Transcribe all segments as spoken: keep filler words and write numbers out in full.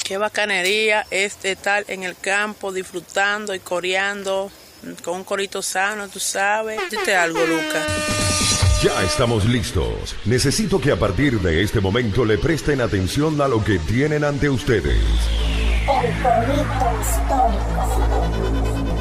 Qué bacanería es estar en el campo disfrutando y coreando con un corito sano, tú sabes. Dite algo, Lucas. Ya estamos listos. Necesito que a partir de este momento le presten atención a lo que tienen ante ustedes. El corito histórico.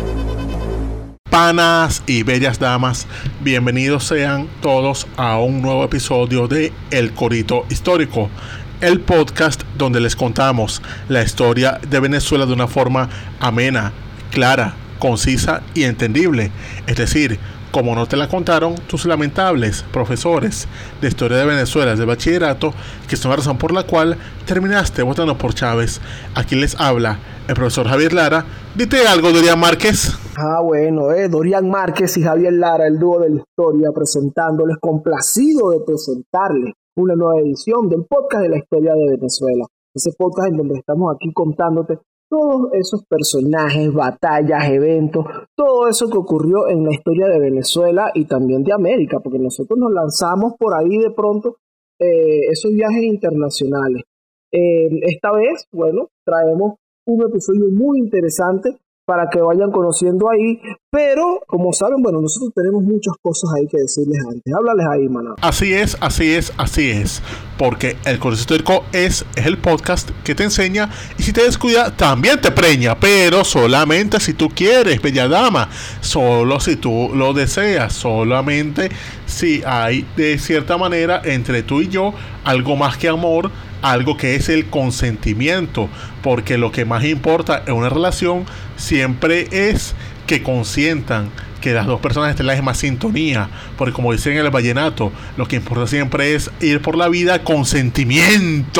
Panas y bellas damas, bienvenidos sean todos a un nuevo episodio de El Corito Histórico, el podcast donde les contamos la historia de Venezuela de una forma amena, clara, concisa y entendible. Es decir, como no te la contaron tus lamentables profesores de historia de Venezuela de bachillerato, que son la razón por la cual terminaste votando por Chávez. Aquí les habla el profesor Javier Lara. Dite algo, Dorian Márquez. Ah, bueno, eh, Dorian Márquez y Javier Lara, el dúo de la historia, presentándoles, complacido de presentarles una nueva edición del podcast de la historia de Venezuela. Ese podcast en donde estamos aquí contándote todos esos personajes, batallas, eventos, todo eso que ocurrió en la historia de Venezuela y también de América, porque nosotros nos lanzamos por ahí de pronto eh, esos viajes internacionales. Eh, esta vez, bueno, traemos un episodio muy interesante para que vayan conociendo ahí, pero como saben, bueno, nosotros tenemos muchas cosas ahí que decirles antes. Háblales ahí, maná. Así es, así es, así es, porque el Corito Histórico es, es el podcast que te enseña y si te descuida también te preña, pero solamente si tú quieres, bella dama, solo si tú lo deseas, solamente si hay de cierta manera entre tú y yo algo más que amor, algo que es el consentimiento, porque lo que más importa en una relación siempre es que consientan, que las dos personas estén en la misma sintonía, porque como dicen en el vallenato, lo que importa siempre es ir por la vida con sentimiento.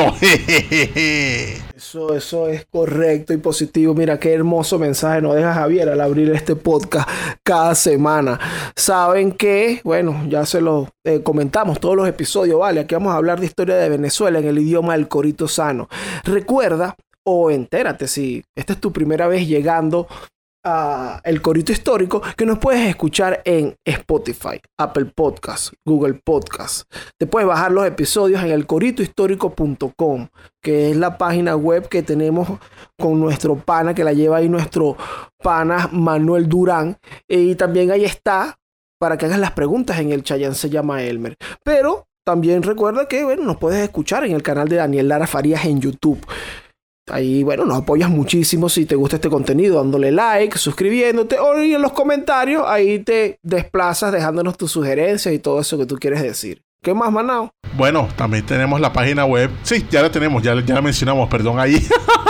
Eso, eso es correcto y positivo. Mira qué hermoso mensaje nos deja Javier al abrir este podcast cada semana. Saben que, bueno, ya se lo eh, comentamos todos los episodios, ¿vale? Aquí vamos a hablar de historia de Venezuela en el idioma del corito sano. Recuerda o entérate si esta es tu primera vez llegando a El Corito Histórico, que nos puedes escuchar en Spotify, Apple Podcasts, Google Podcasts. Te puedes bajar los episodios en el corito histórico punto com, que es la página web que tenemos con nuestro pana, que la lleva ahí nuestro pana Manuel Durán. Y también ahí está para que hagas las preguntas en el Chayanne se llama Elmer. Pero también recuerda que, bueno, nos puedes escuchar en el canal de Daniel Lara Farías en YouTube. Ahí, bueno, nos apoyas muchísimo si te gusta este contenido, dándole like, suscribiéndote o en los comentarios, ahí te desplazas dejándonos tus sugerencias y todo eso que tú quieres decir. ¿Qué más, Manao? Bueno, también tenemos la página web. Sí, ya la tenemos, ya, ya la mencionamos, perdón, ahí.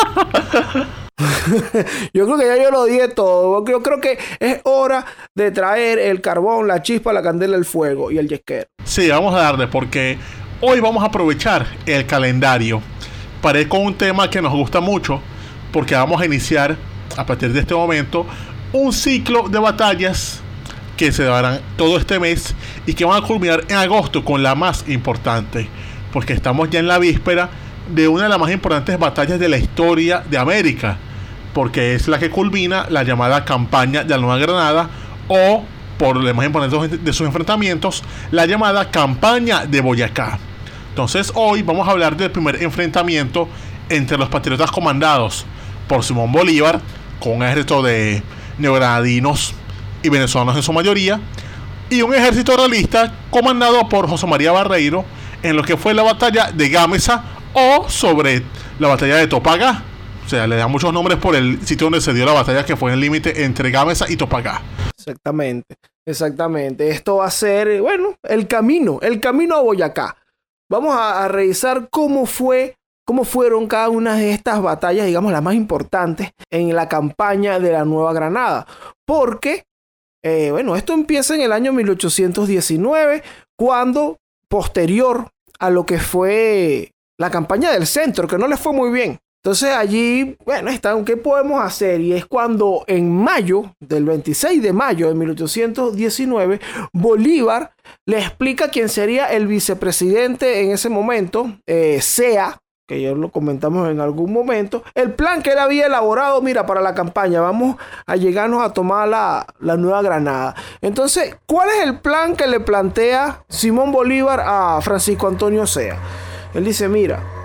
Yo creo que ya yo lo dije todo. Yo creo que es hora de traer el carbón, la chispa, la candela, el fuego y el yesquero. Sí, vamos a darle porque hoy vamos a aprovechar el calendario para ir con un tema que nos gusta mucho, porque vamos a iniciar a partir de este momento un ciclo de batallas que se darán todo este mes y que van a culminar en agosto con la más importante, porque estamos ya en la víspera de una de las más importantes batallas de la historia de América, porque es la que culmina la llamada campaña de la Nueva Granada, o por lo más importante de sus enfrentamientos, la llamada campaña de Boyacá. Entonces hoy vamos a hablar del primer enfrentamiento entre los patriotas comandados por Simón Bolívar, con un ejército de neogranadinos y venezolanos en su mayoría, y un ejército realista comandado por José María Barreiro en lo que fue la batalla de Gámeza, o sobre la batalla de Topagá. O sea, le dan muchos nombres por el sitio donde se dio la batalla, que fue en el límite entre Gámeza y Topagá. Exactamente, exactamente. Esto va a ser, bueno, el camino, el camino a Boyacá. Vamos a, a revisar cómo fue, cómo fueron cada una de estas batallas, digamos, las más importantes en la campaña de la Nueva Granada. Porque, eh, bueno, esto empieza en el año mil ochocientos diecinueve, cuando, posterior a lo que fue la campaña del centro, que no les fue muy bien. Entonces allí, bueno, está, ¿qué podemos hacer? Y es cuando en mayo, del veintiséis de mayo de mil ochocientos diecinueve, Bolívar le explica quién sería el vicepresidente en ese momento, eh, Sea, que ya lo comentamos en algún momento, el plan que él había elaborado, mira, para la campaña, vamos a llegarnos a tomar la, la Nueva Granada. Entonces, ¿cuál es el plan que le plantea Simón Bolívar a Francisco Antonio Sea? Él dice, mira,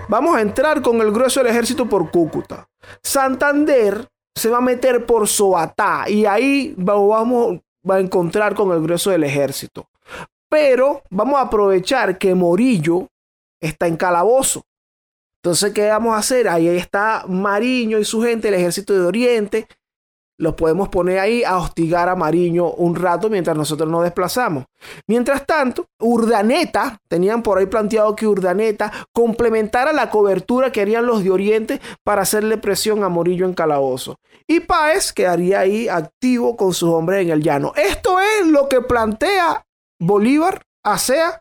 vamos a entrar con el grueso del ejército por Cúcuta. Santander se va a meter por Soatá y ahí vamos va a encontrar con el grueso del ejército. Pero vamos a aprovechar que Morillo está en Calabozo. Entonces, ¿qué vamos a hacer? Ahí está Mariño y su gente, el ejército de Oriente. Los podemos poner ahí a hostigar a Mariño un rato mientras nosotros nos desplazamos. Mientras tanto, Urdaneta, tenían por ahí planteado que Urdaneta complementara la cobertura que harían los de Oriente para hacerle presión a Morillo en Calabozo. Y Páez quedaría ahí activo con sus hombres en el llano. Esto es lo que plantea Bolívar a C E A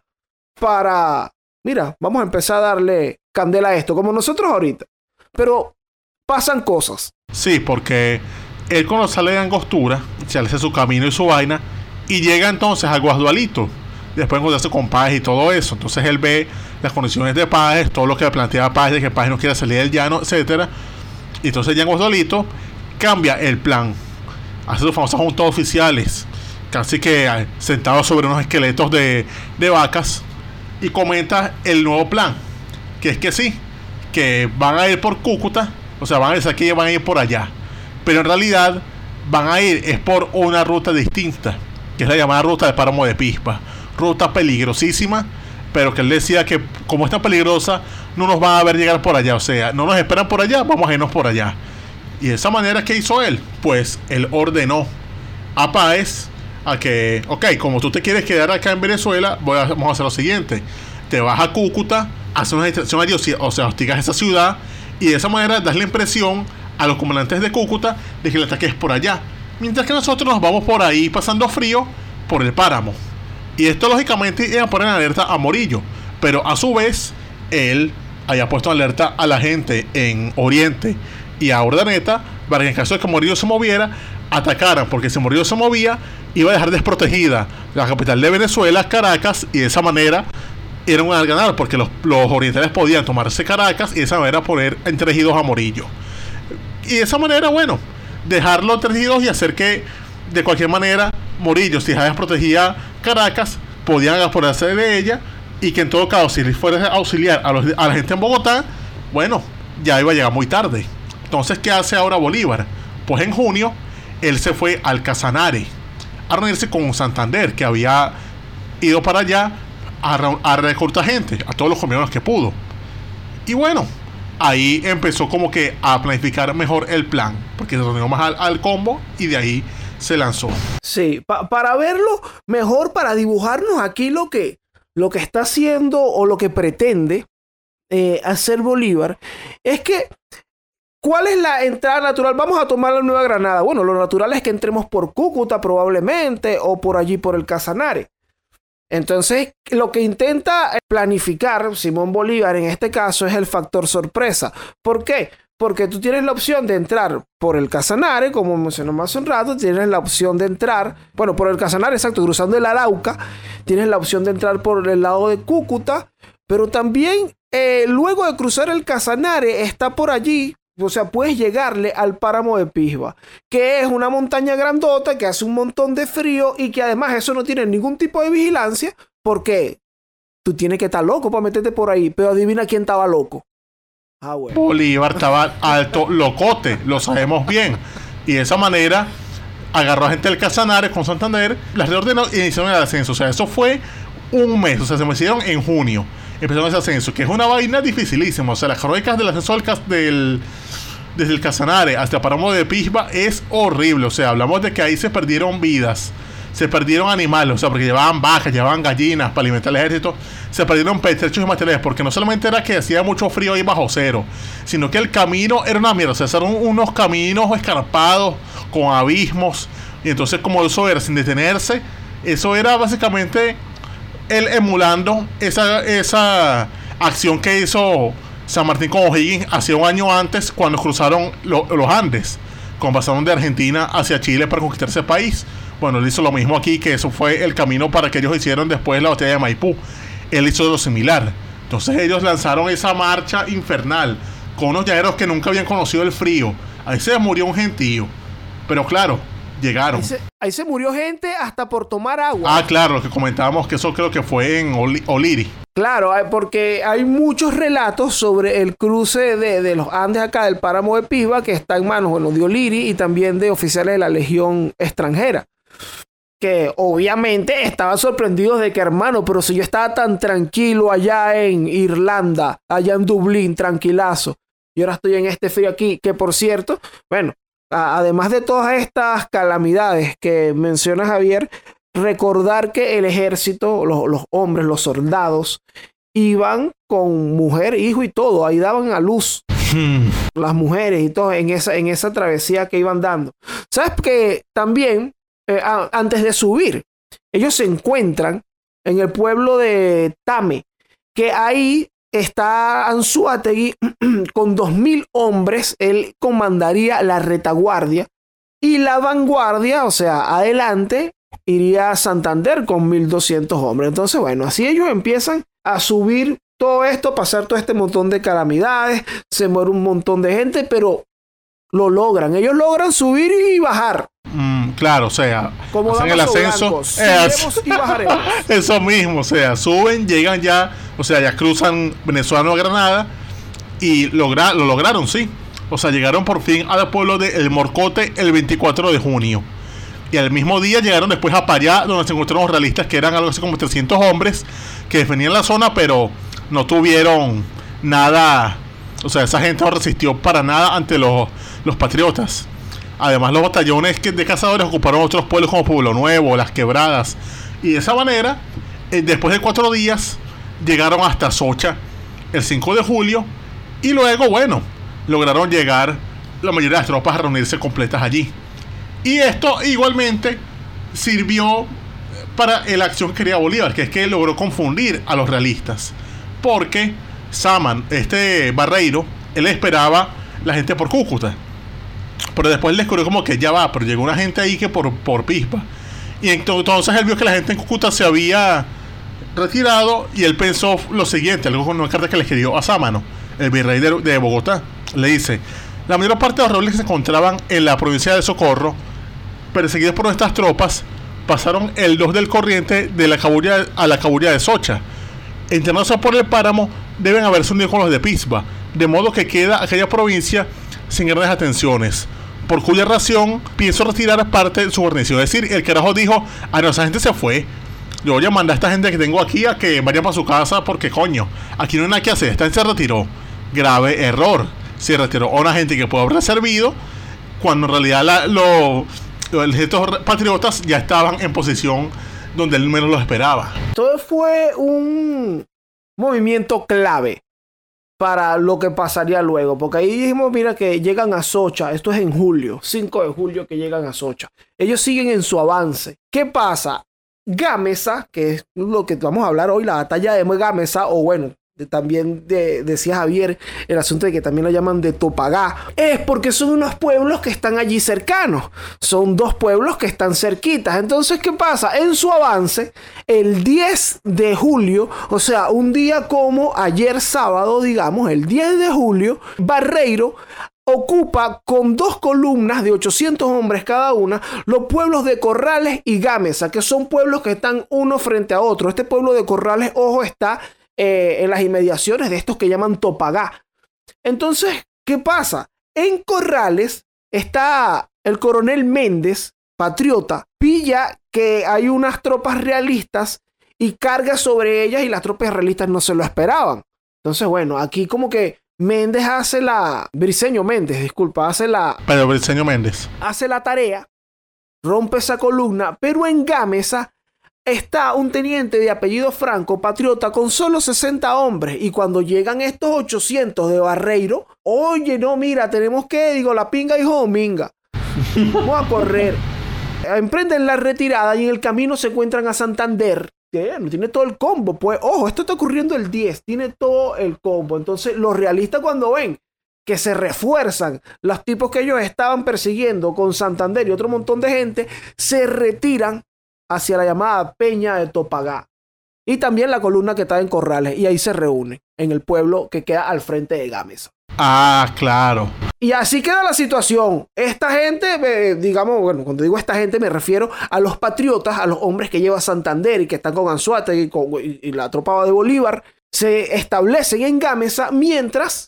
para... Mira, vamos a empezar a darle candela a esto, como nosotros ahorita. Pero pasan cosas. Sí, porque... él cuando sale de Angostura, se hace su camino y su vaina, y llega entonces a Guasdualito, después de encontrarse con Páez y todo eso. Entonces él ve las condiciones de Páez, todo lo que plantea Páez, de que Páez no quiere salir del llano, etcétera. Y entonces ya en Guasdualito cambia el plan, hace sus famosas juntas oficiales, casi que sentados sobre unos esqueletos de, de vacas, y comenta el nuevo plan, que es que sí, que van a ir por Cúcuta, o sea, van a ir aquí y van a ir por allá. Pero en realidad van a ir es por una ruta distinta, que es la llamada ruta del Páramo de Pisba. Ruta peligrosísima, pero que él decía que como está peligrosa, no nos van a ver llegar por allá. O sea, no nos esperan por allá, vamos a irnos por allá. Y de esa manera, ¿qué hizo él? Pues él ordenó a Páez a que, ok, como tú te quieres quedar acá en Venezuela, voy a, vamos a hacer lo siguiente. Te vas a Cúcuta, haces una distracción allí, o sea, hostigas esa ciudad, y de esa manera das la impresión a los comandantes de Cúcuta de que el ataque es por allá, mientras que nosotros nos vamos por ahí pasando frío por el páramo. Y esto lógicamente iba a poner en alerta a Morillo, pero a su vez él había puesto en alerta a la gente en Oriente y a Urdaneta para que en caso de que Morillo se moviera, atacaran, porque si Morillo se movía iba a dejar desprotegida la capital de Venezuela, Caracas, y de esa manera era un ganar, porque los, los orientales podían tomarse Caracas y de esa manera poner entregidos a Morillo. Y de esa manera, bueno, dejarlo entregidos y hacer que de cualquier manera Morillo, si ya desprotegía Caracas, podían apoderarse de ella, y que en todo caso, si les fuera a auxiliar a, los, a la gente en Bogotá, bueno, ya iba a llegar muy tarde. Entonces, ¿qué hace ahora Bolívar? Pues en junio él se fue al Casanare a reunirse con Santander, que había ido para allá a, a reclutar gente, a todos los colombianos que pudo. Y bueno, ahí empezó como que a planificar mejor el plan, porque se reunió más al, al combo y de ahí se lanzó. Sí, pa- para verlo mejor, para dibujarnos aquí lo que, lo que está haciendo o lo que pretende eh, hacer Bolívar, es que ¿cuál es la entrada natural? Vamos a tomar la Nueva Granada. Bueno, lo natural es que entremos por Cúcuta probablemente, o por allí por el Casanare. Entonces, lo que intenta planificar Simón Bolívar en este caso es el factor sorpresa. ¿Por qué? Porque tú tienes la opción de entrar por el Casanare, como mencionamos hace un rato, tienes la opción de entrar, bueno, por el Casanare, exacto, cruzando el Arauca, tienes la opción de entrar por el lado de Cúcuta, pero también eh, luego de cruzar el Casanare está por allí, o sea, puedes llegarle al Páramo de Pisba, que es una montaña grandota que hace un montón de frío y que además eso no tiene ningún tipo de vigilancia, porque tú tienes que estar loco para meterte por ahí. Pero adivina quién estaba loco. Ah, bueno. Bolívar estaba alto locote, lo sabemos bien. Y de esa manera agarró a gente del Casanare con Santander, las reordenó y iniciaron el ascenso. O sea, eso fue un mes, o sea, se me hicieron en junio. Empezaron ese ascenso, que es una vaina dificilísima. O sea, las crónicas del ascenso del, del desde el Casanare hasta el Páramo de Pisba es horrible. O sea, hablamos de que ahí se perdieron vidas, se perdieron animales, o sea, porque llevaban vacas, llevaban gallinas para alimentar al ejército, se perdieron pertrechos y materiales, porque no solamente era que hacía mucho frío ahí bajo cero, sino que el camino era una mierda. O sea, eran unos caminos escarpados con abismos, y entonces como eso era sin detenerse, eso era básicamente él emulando esa, esa acción que hizo San Martín con O'Higgins hace un año antes, cuando cruzaron lo, los Andes, cuando pasaron de Argentina hacia Chile para conquistar ese país. Bueno, él hizo lo mismo aquí, que eso fue el camino para que ellos hicieron después la batalla de Maipú. Él hizo lo similar. Entonces ellos lanzaron esa marcha infernal con unos llaneros que nunca habían conocido el frío. Ahí se murió un gentío. Pero claro, llegaron. Ahí se, ahí se murió gente hasta por tomar agua. Ah, claro, lo que comentábamos, que eso creo que fue en Oli- Oliri. Claro, porque hay muchos relatos sobre el cruce de, de los Andes acá del páramo de Pisba, que está en manos, bueno, de Oliri y también de oficiales de la Legión extranjera, que obviamente estaban sorprendidos de que, hermano, pero si yo estaba tan tranquilo allá en Irlanda, allá en Dublín, tranquilazo, y ahora estoy en este frío aquí, que por cierto, bueno, a, además de todas estas calamidades que menciona Javier, recordar que el ejército, los, los hombres, los soldados, iban con mujer, hijo y todo, ahí daban a luz hmm. las mujeres y todo en esa, en esa travesía que iban dando. ¿Sabes que también, eh, a, antes de subir, ellos se encuentran en el pueblo de Tame, que ahí está Anzoátegui con dos mil hombres, él comandaría la retaguardia y la vanguardia, o sea, adelante, iría a Santander con mil doscientos hombres. Entonces, bueno, así ellos empiezan a subir todo esto, pasar todo este montón de calamidades, se muere un montón de gente, pero lo logran. Ellos logran subir y bajar. Mm, claro, o sea, como hacen el ascenso. Eh, y bajaremos. Eso mismo, o sea, suben, llegan ya, o sea, ya cruzan Venezolano a Granada y logra, lo lograron, sí. O sea, llegaron por fin al pueblo de El Morcote el veinticuatro de junio. Y al mismo día llegaron después a Payá, donde se encontraron los realistas, que eran algo así como trescientos hombres que defendían la zona, pero no tuvieron nada. O sea, esa gente no resistió para nada ante los, los patriotas. Además, los batallones que de cazadores ocuparon otros pueblos como Pueblo Nuevo, Las Quebradas. Y de esa manera, eh, después de cuatro días, llegaron hasta Socha el cinco de julio. Y luego, bueno, lograron llegar la mayoría de las tropas a reunirse completas allí. Y esto igualmente sirvió para la acción que quería Bolívar, que es que logró confundir a los realistas. Porque Saman, este Barreiro, él esperaba la gente por Cúcuta. Pero después él descubrió como que ya va, pero llegó una gente ahí que por, por Pisba. Y entonces él vio que la gente en Cúcuta se había retirado y él pensó lo siguiente, algo con una carta que le escribió a Sámano, el virrey de, de Bogotá. Le dice: la mayor parte de los rebeldes que se encontraban en la provincia de Socorro, perseguidos por nuestras tropas, pasaron el dos del corriente de la Cabulla a la Cabulla de Socha. Entraándose por el páramo, deben haberse unido con los de Pisba, de modo que queda aquella provincia sin grandes atenciones, por cuya razón pienso retirar parte de su guarnición. Es decir, el carajo dijo: ah, no, esa gente se fue, yo voy a mandar a esta gente que tengo aquí a que vaya para su casa, porque coño, aquí no hay nada que hacer. Esta gente se retiró. Grave error. Se retiró a una gente que puede haber servido, cuando en realidad la, lo, los ejércitos patriotas ya estaban en posición donde él menos lo esperaba. Todo fue un movimiento clave para lo que pasaría luego, porque ahí dijimos, mira, que llegan a Socha, esto es en julio, cinco de julio que llegan a Socha. Ellos siguen en su avance. ¿Qué pasa? Gámeza, que es lo que vamos a hablar hoy, la batalla de Gámeza, o bueno, de, también de, decía Javier, el asunto de que también lo llaman de Topagá, es porque son unos pueblos que están allí cercanos, son dos pueblos que están cerquitas. Entonces, ¿qué pasa? En su avance, el diez de julio, o sea, un día como ayer sábado, digamos, el diez de julio, Barreiro ocupa con dos columnas de ochocientos hombres cada una los pueblos de Corrales y Gámeza, que son pueblos que están uno frente a otro. Este pueblo de Corrales, ojo, está eh, en las inmediaciones de estos que llaman Topagá. Entonces, ¿qué pasa? En Corrales está el coronel Méndez, patriota, pilla que hay unas tropas realistas y carga sobre ellas, y las tropas realistas no se lo esperaban. Entonces, bueno, aquí como que Méndez hace la... Briceño Méndez, disculpa, hace la... Pero Briceño Méndez. Hace la tarea, rompe esa columna, pero en Gámeza está un teniente de apellido Franco, patriota, con solo sesenta hombres. Y cuando llegan estos ochocientos de Barreiro, oye, no, mira, tenemos que, digo, la pinga, hijo, minga. Vamos a correr. Emprenden la retirada y en el camino se encuentran a Santander. No tiene todo el combo, pues, ojo, esto está ocurriendo el diez, tiene todo el combo. Entonces, los realistas, cuando ven que se refuerzan los tipos que ellos estaban persiguiendo con Santander y otro montón de gente, se retiran hacia la llamada Peña de Topagá y también la columna que está en Corrales, y ahí se reúnen en el pueblo que queda al frente de Gámeza. Ah, claro. Y así queda la situación. Esta gente, eh, digamos, bueno, cuando digo esta gente me refiero a los patriotas, a los hombres que lleva Santander y que están con Anzoátegui y, con, y, y la tropa de Bolívar, se establecen en Gámeza, mientras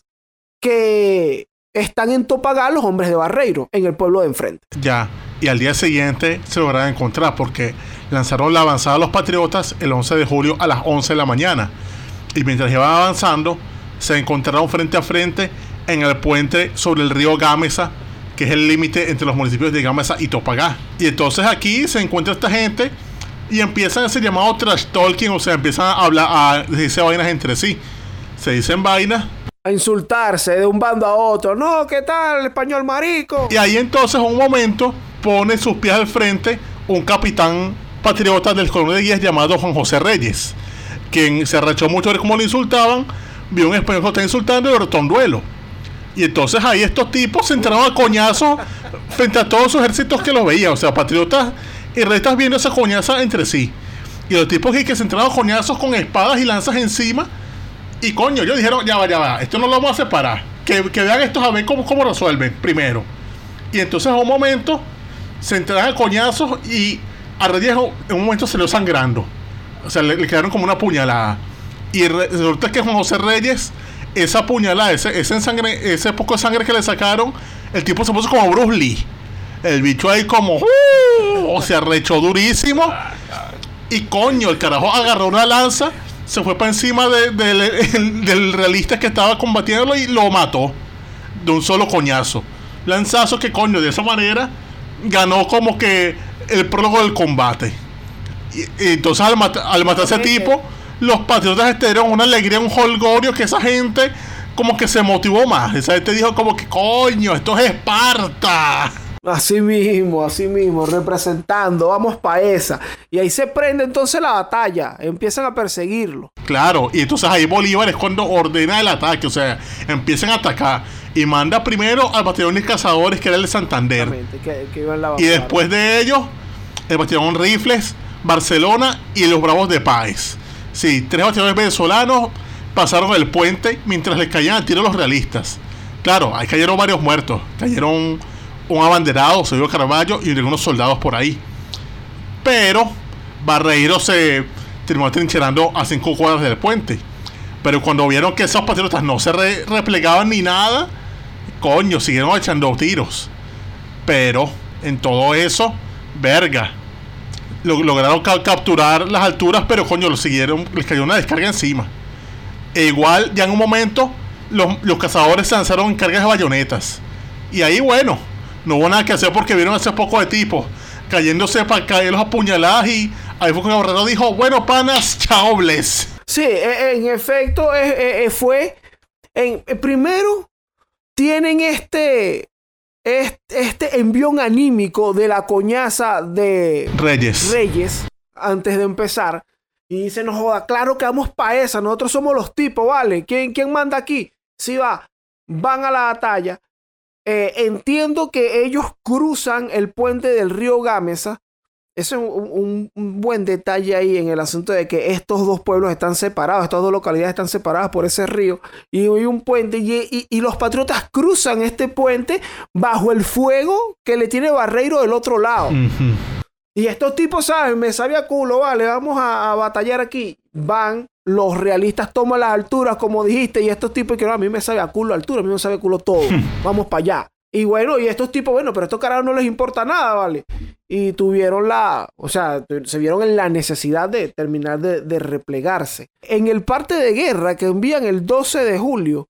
que están en Topagá los hombres de Barreiro, en el pueblo de enfrente. Ya, y al día siguiente se lograron encontrar porque lanzaron la avanzada a los patriotas el once de julio a las once de la mañana. Y mientras iban avanzando, se encontraron frente a frente en el puente sobre el río Gámeza, que es el límite entre los municipios de Gámeza y Topagá. Y entonces aquí se encuentra esta gente y empiezan a ser llamados trash talking, o sea, empiezan a hablar, a decirse vainas entre sí. Se dicen vainas. A insultarse de un bando a otro. No, ¿qué tal, el español marico? Y ahí entonces, un momento, pone sus pies al frente un capitán patriota del coronel de Guías llamado Juan José Reyes, quien se arrechó mucho de cómo lo insultaban, vio un español que lo está insultando y le ordenó un duelo. Y entonces ahí estos tipos se entraron a coñazos frente a todos sus ejércitos que los veían. O sea, patriotas y restas viendo esa coñaza entre sí. Y los tipos que, que se entraron a coñazos con espadas y lanzas encima. Y coño, ellos dijeron, ya va, ya va, esto no lo vamos a separar. Que, que vean estos a ver cómo, cómo resuelven primero. Y entonces en un momento se entraron a coñazos y a Reyes en un momento se le sangrando. O sea, le, le quedaron como una puñalada. Y resulta que Juan José Reyes, esa puñalada, ese, ese, sangre, ese poco de sangre que le sacaron, el tipo se puso como Bruce Lee. El bicho ahí como, uh, o sea, arrechó durísimo. Y coño, el carajo agarró una lanza, se fue para encima de, de, de, del realista que estaba combatiéndolo y lo mató de un solo coñazo. Lanzazo que coño, de esa manera ganó como que el prólogo del combate. Y, y entonces al, mat al matar a ese tipo, los patriotas dieron una alegría, un holgorio, que esa gente como que se motivó más. Esa gente dijo como que coño, esto es Esparta. Así mismo, así mismo, representando, vamos pa' esa. Y ahí se prende entonces la batalla, empiezan a perseguirlo. Claro, y entonces ahí Bolívar es cuando ordena el ataque, o sea, empiezan a atacar. Y manda primero al batallón de cazadores, que era el de Santander. Que, que iba en la y después de ellos, el batallón Rifles, Barcelona y los Bravos de Páez. Sí, tres batallones venezolanos pasaron el puente mientras les caían a tiro los realistas. Claro, ahí cayeron varios muertos, cayeron un abanderado, Sergio Carvalho y algunos soldados por ahí. Pero Barreiro se terminó trincherando a cinco cuadras del puente. Pero cuando vieron que esos patriotas no se re replegaban ni nada, coño, siguieron echando tiros. Pero en todo eso, verga, lo lograron ca capturar las alturas, pero coño, lo siguieron, les cayó una descarga encima. E igual, ya en un momento, los, los cazadores se lanzaron en cargas de bayonetas. Y ahí, bueno, no hubo nada que hacer porque vieron a ese poco de tipos cayéndose para caer los apuñaladas. Y ahí fue cuando Barreiro dijo, bueno, panas, chao, bless. Sí, en efecto, eh, eh, fue. En, eh, primero, tienen este, este. Este envión anímico de la coñaza de Reyes. Reyes antes de empezar. Y dice, no joda, claro que vamos pa' esa. Nosotros somos los tipos, ¿vale? ¿Quién, quién manda aquí? Sí, va. Van a la batalla. Eh, entiendo que ellos cruzan el puente del río Gámeza. Ese es un, un, un buen detalle ahí en el asunto de que estos dos pueblos están separados, estas dos localidades están separadas por ese río y hay un puente y, y, y los patriotas cruzan este puente bajo el fuego que le tiene Barreiro del otro lado. Uh-huh. Y estos tipos saben, me sabía culo, vale, vamos a, a batallar aquí. Van, los realistas toman las alturas, como dijiste, y estos tipos que no, a mí me sabe a culo altura, a mí me sabe a culo todo. Vamos para allá. Y bueno, y estos tipos, bueno, pero a estos carajos no les importa nada, ¿vale? Y tuvieron la, o sea, se vieron en la necesidad de terminar de, de replegarse. En el parte de guerra que envían el doce de julio,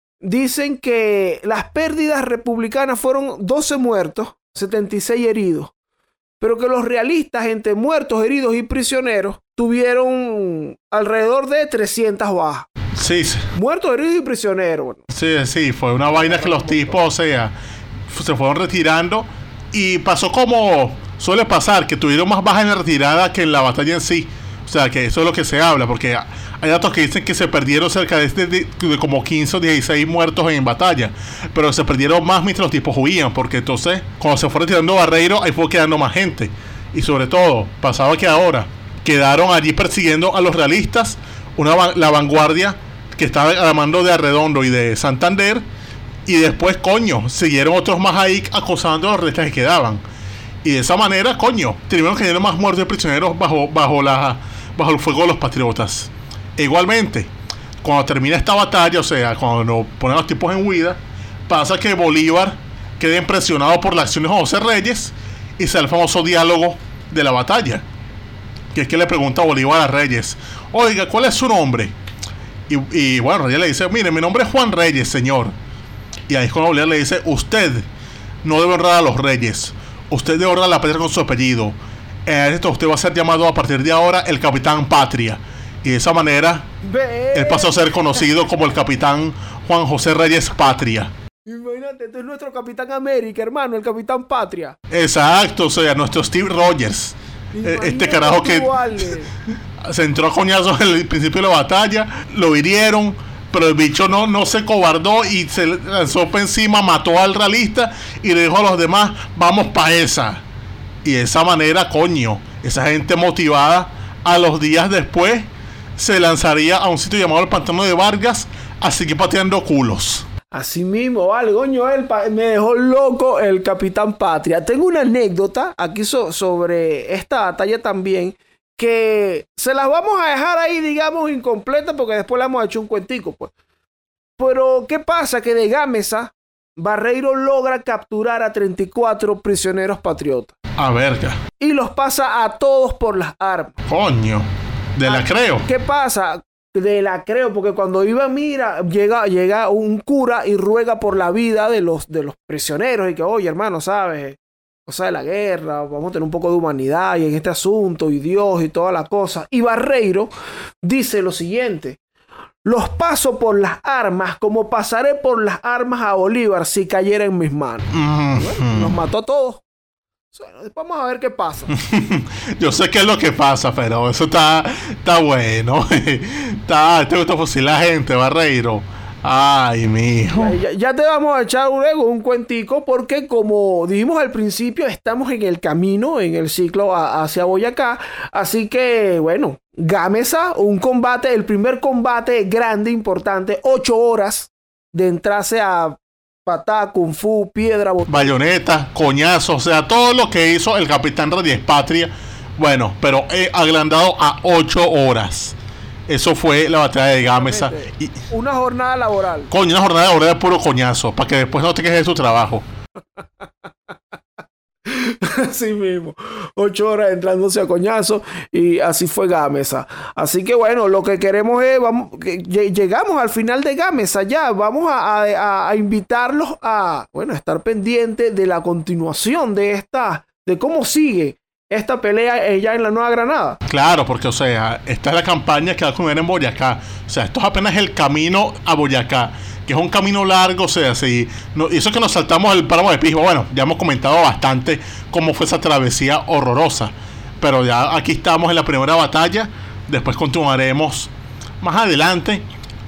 dicen que las pérdidas republicanas fueron doce muertos, setenta y seis heridos. Pero que los realistas, entre muertos, heridos y prisioneros, tuvieron alrededor de trescientas bajas. Sí, sí. Muertos, heridos y prisioneros. Bueno. Sí, sí, fue una vaina que los tipos, o sea, se fueron retirando y pasó como suele pasar, que tuvieron más bajas en la retirada que en la batalla en sí. O sea, que eso es lo que se habla, porque hay datos que dicen que se perdieron cerca de, de, de como quince o dieciséis muertos en batalla, pero se perdieron más mientras los tipos huían, porque entonces, cuando se fue retirando Barreiro, ahí fue quedando más gente. Y sobre todo, pasaba que ahora quedaron allí persiguiendo a los realistas, una, la vanguardia que estaba a la mando de Arredondo y de Santander, Y después, coño, siguieron otros más ahí acosando a los restos que quedaban. Y de esa manera, coño, terminaron generando más muertos de prisioneros bajo, bajo, la, bajo el fuego de los patriotas. E igualmente, cuando termina esta batalla, o sea, cuando ponen los tipos en huida, pasa que Bolívar queda impresionado por las acciones de José Reyes y se da el famoso diálogo de la batalla, que es que le pregunta a Bolívar a Reyes: oiga, ¿cuál es su nombre? Y, y bueno, Reyes le dice: mire, mi nombre es Juan Reyes, señor. Y ahí es cuando Bolívar le dice: usted no debe honrar a los reyes, usted debe honrar a la patria con su apellido. En esto usted va a ser llamado a partir de ahora el Capitán Patria. Y de esa manera él pasó a ser conocido como el Capitán Juan José Reyes Patria. Imagínate, este es nuestro Capitán América, hermano, el Capitán Patria. Exacto, o sea, nuestro Steve Rogers. Imagínate, este carajo que vale. se entró a coñazos en el principio de la batalla, lo hirieron, pero el bicho no, no se cobardó y se lanzó por encima, mató al realista y le dijo a los demás: vamos pa' esa. Y de esa manera, coño, esa gente motivada, a los días después se lanzaría a un sitio llamado el Pantano de Vargas a seguir pateando culos. Así mismo, vale, coño, él me dejó loco el Capitán Patria. Tengo una anécdota aquí so- sobre esta batalla también, que se las vamos a dejar ahí, digamos, incompleta, porque después le hemos hecho un cuentico, pues. Pero, ¿qué pasa? Que de Gámeza, Barreiro logra capturar a treinta y cuatro prisioneros patriotas. A verga. Y los pasa a todos por las armas. Coño, de la creo. ¿Qué pasa? De la creo, porque cuando iba, mira, llega, llega un cura y ruega por la vida de los, de los prisioneros y que, oye, hermano, ¿sabes? O sea, de la guerra, vamos a tener un poco de humanidad y en este asunto, y Dios y toda la cosa. Y Barreiro dice lo siguiente: los paso por las armas como pasaré por las armas a Bolívar si cayera en mis manos. Mm-hmm. Bueno, nos mató a todos. Bueno, después vamos a ver qué pasa. Yo sé qué es lo que pasa, pero eso está, está bueno. Está, te gusta fusilar gente, Barreiro. Ay, mijo. Ya, ya te vamos a echar luego un cuentico, porque como dijimos al principio, estamos en el camino, en el ciclo a, hacia Boyacá. Así que, bueno, Gámeza, un combate, el primer combate grande, importante, ocho horas de entrarse a patada, kung fu, piedra, bot- bayoneta, coñazo, o sea, todo lo que hizo el Capitán Reyes Patria. Bueno, pero he agrandado a ocho horas. Eso fue la batalla de Gámeza. Y, una jornada laboral. Coño, una jornada laboral de puro coñazo, para que después no te quejes de tu trabajo. Así mismo, ocho horas entrándose a coñazo, y así fue Gámeza. Así que bueno, lo que queremos es, vamos, que llegamos al final de Gámeza ya, vamos a, a, a invitarlos a, bueno, a estar pendientes de la continuación de esta, de cómo sigue esta pelea ya en la Nueva Granada. Claro, porque o sea, esta es la campaña que va a comer en Boyacá. O sea, esto es apenas el camino a Boyacá, que es un camino largo, o sea, si no, y eso que nos saltamos el páramo de Pismo. Bueno, ya hemos comentado bastante cómo fue esa travesía horrorosa, pero ya aquí estamos en la primera batalla. Después continuaremos más adelante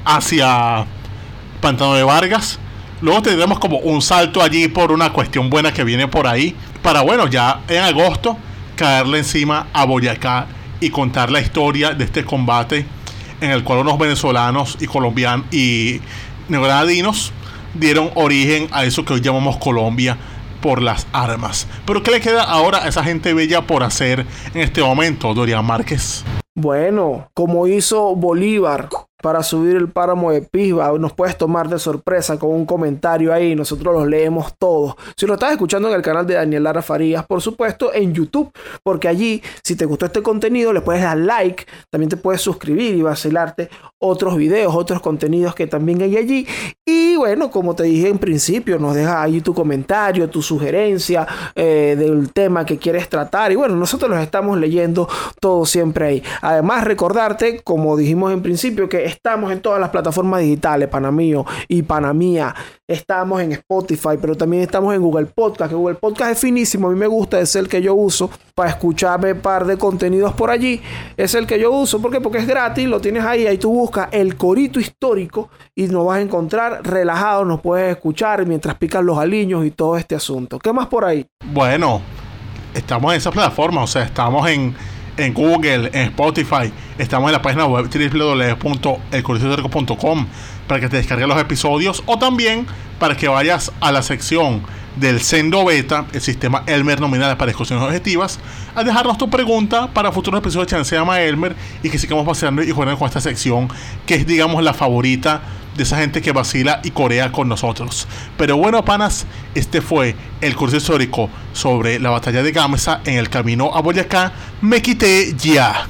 hacia Pantano de Vargas. Luego tendremos como un salto allí por una cuestión buena que viene por ahí, para bueno, ya en agosto caerle encima a Boyacá y contar la historia de este combate en el cual unos venezolanos y colombianos y neogranadinos dieron origen a eso que hoy llamamos Colombia por las armas. Pero ¿qué le queda ahora a esa gente bella por hacer en este momento, Dorian Márquez? Bueno, como hizo Bolívar para subir el páramo de Pisba, nos puedes tomar de sorpresa con un comentario ahí, nosotros los leemos todos. Si lo estás escuchando en el canal de Daniel Lara Farías, por supuesto en YouTube, porque allí, si te gustó este contenido, le puedes dar like, también te puedes suscribir y vacilarte otros videos, otros contenidos que también hay allí. Y bueno, como te dije en principio, nos dejas ahí tu comentario, tu sugerencia eh, del tema que quieres tratar, y bueno, nosotros los estamos leyendo todo siempre ahí. Además, recordarte, como dijimos en principio, que estamos en todas las plataformas digitales, pana mío y pana mía. Estamos en Spotify, pero también estamos en Google Podcast, que Google Podcast es finísimo, a mí me gusta, es el que yo uso para escucharme un par de contenidos por allí, es el que yo uso. ¿Por qué? Porque es gratis, lo tienes ahí, ahí tú buscas El Corito Histórico y nos vas a encontrar relajado, nos puedes escuchar mientras pican los aliños y todo este asunto. ¿Qué más por ahí? Bueno, estamos en esa plataforma, o sea, estamos en en Google, en Spotify. Estamos en la página web doble u doble u doble u punto el curioso histórico punto com para que te descargues los episodios, o también para que vayas a la sección del Sendo Beta, el sistema Elmer nominal para discusiones objetivas, a dejarnos tu pregunta para futuros episodios de Chance Llama Elmer, y que sigamos paseando y jugando con esta sección que es, digamos, la favorita de esa gente que vacila y corea con nosotros. Pero bueno, panas, este fue el curso histórico sobre la batalla de Gamesa en el camino a Boyacá. Me quité ya.